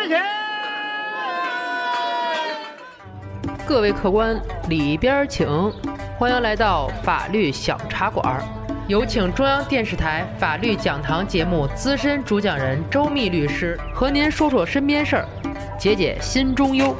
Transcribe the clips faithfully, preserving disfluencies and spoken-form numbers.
钱。 各位客官，里边请，欢迎来到法律小茶馆。有请中央电视台法律讲堂节目资深主讲人周密律师和您说说身边事儿，解解心中忧。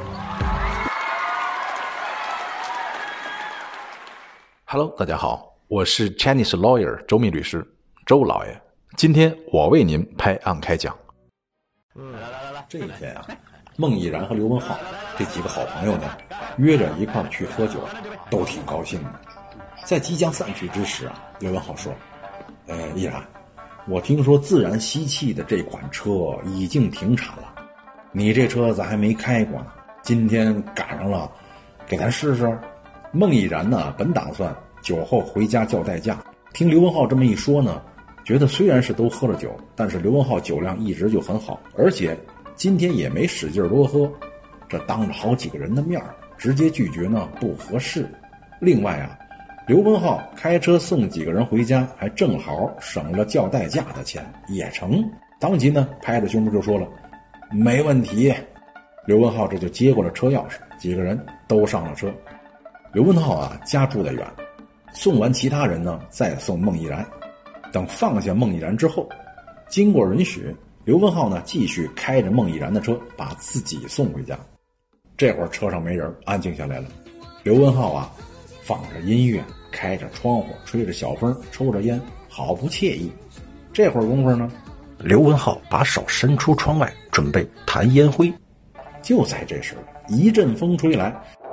Hello， 大家好，我是 Chinese Lawyer 周密律师，周老爷。今天我为您拍案开讲。 嗯，来来来来， 这一天啊，孟毅然和刘文浩这几个好朋友呢，约着一块儿去喝酒，都挺高兴的。在即将散去之时啊，刘文浩说：“呃，毅然，我听说自然吸气的这款车已经停产了，你这车咱还没开过呢，今天赶上了，给咱试试。”孟毅然呢，本打算酒后回家叫代驾，听刘文浩这么一说呢，觉得虽然是都喝了酒，但是刘文浩酒量一直就很好，而且今天也没使劲多喝，这当着好几个人的面直接拒绝呢不合适。另外啊，刘文浩开车送几个人回家，还正好省了叫代驾的钱，也成。当即呢拍着胸脯就说了没问题。刘文浩这就接过了车钥匙，几个人都上了车。刘文浩啊家住得远，送完其他人呢再送孟毅然。等放下孟毅然之后，经过允许，刘文浩呢继续开着孟毅然的车把自己送回家。这会儿车上没人，安静下来了。刘文浩啊放着音乐，开着窗户，吹着小风，抽着烟，好不惬意。这会儿功夫呢，刘文浩把手伸出窗外准备弹烟灰。就在这时，一阵风吹来，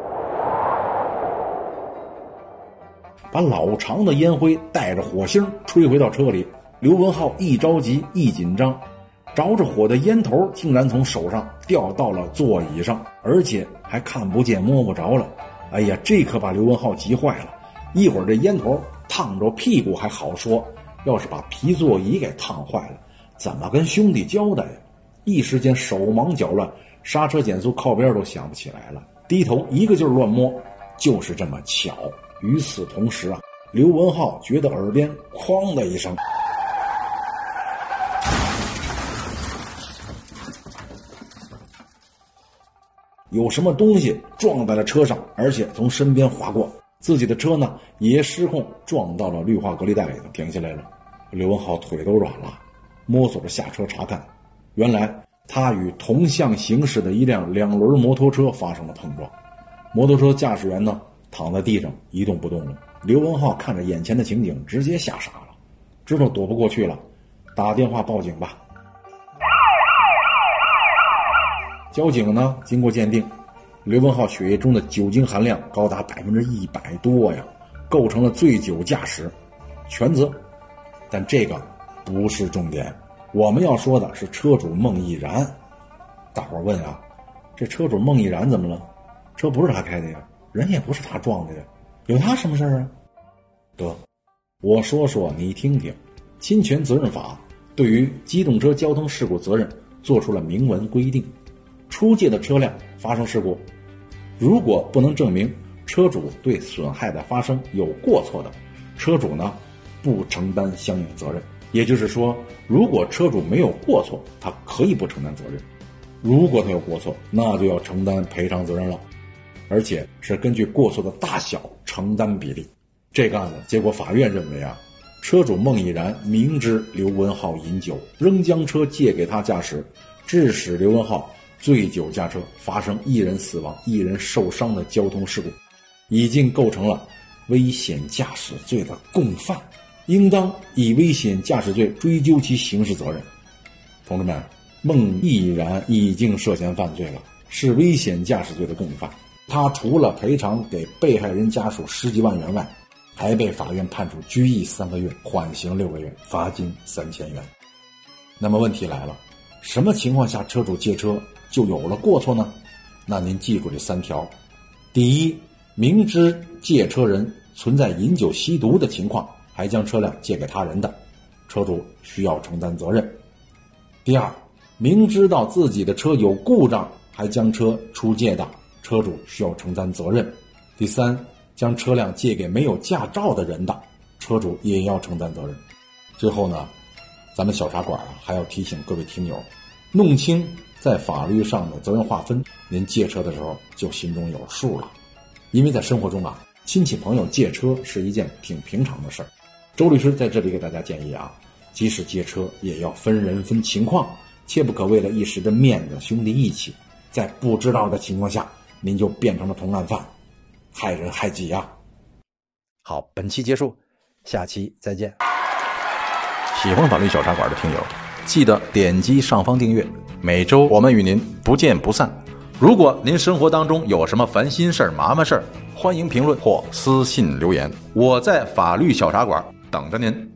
把老长的烟灰带着火星吹回到车里。刘文浩一着急一紧张，着着火的烟头竟然从手上掉到了座椅上，而且还看不见摸不着了。哎呀，这可把刘文浩急坏了。一会儿这烟头烫着屁股还好说，要是把皮座椅给烫坏了，怎么跟兄弟交代呀？一时间手忙脚乱，刹车减速靠边都想不起来了，低头一个劲儿乱摸。就是这么巧，与此同时啊，刘文浩觉得耳边哐的一声，有什么东西撞在了车上，而且从身边划过，自己的车呢也失控撞到了绿化隔离带里头，停下来了。刘文浩腿都软了，摸索着下车查看，原来他与同向行驶的一辆两轮摩托车发生了碰撞。摩托车驾驶员呢躺在地上一动不动了。刘文浩看着眼前的情景，直接吓傻了，知道躲不过去了，打电话报警吧。交警呢经过鉴定，刘文浩血液中的酒精含量高达百分之一百多呀，构成了醉酒驾驶，全责。但这个不是重点，我们要说的是车主孟毅然。大伙儿问啊，这车主孟毅然怎么了？车不是他开的呀，人也不是他撞的呀，有他什么事儿啊？得，我说说你听听。侵权责任法对于机动车交通事故责任做出了明文规定，出借的车辆发生事故，如果不能证明车主对损害的发生有过错的，车主呢不承担相应责任。也就是说，如果车主没有过错，他可以不承担责任；如果他有过错，那就要承担赔偿责任了，而且是根据过错的大小承担比例。这个案子结果，法院认为啊，车主孟毅然明知刘文浩饮酒，仍将车借给他驾驶，致使刘文浩醉酒驾车，发生一人死亡一人受伤的交通事故，已经构成了危险驾驶罪的共犯，应当以危险驾驶罪追究其刑事责任。同志们，孟毅然已经涉嫌犯罪了，是危险驾驶罪的共犯。他除了赔偿给被害人家属十几万元外，还被法院判处拘役三个月，缓刑六个月，罚金三千元。那么问题来了，什么情况下车主借车就有了过错呢？那您记住这三条。第一，明知借车人存在饮酒吸毒的情况，还将车辆借给他人的，车主需要承担责任。第二，明知道自己的车有故障还将车出借的，车主需要承担责任。第三，将车辆借给没有驾照的人的，车主也要承担责任。最后呢，咱们小茶馆啊还要提醒各位听友，弄清在法律上的责任划分，您借车的时候就心中有数了。因为在生活中啊，亲戚朋友借车是一件挺平常的事儿。周律师在这里给大家建议啊，即使借车也要分人分情况，切不可为了一时的面子兄弟义气，在不知道的情况下您就变成了同案犯，害人害己啊。 好，本期结束，下期再见。喜欢法律小茶馆的听友，记得点击上方订阅，每周我们与您不见不散。如果您生活当中有什么烦心事儿、麻烦事儿，欢迎评论或私信留言，我在法律小茶馆等着您。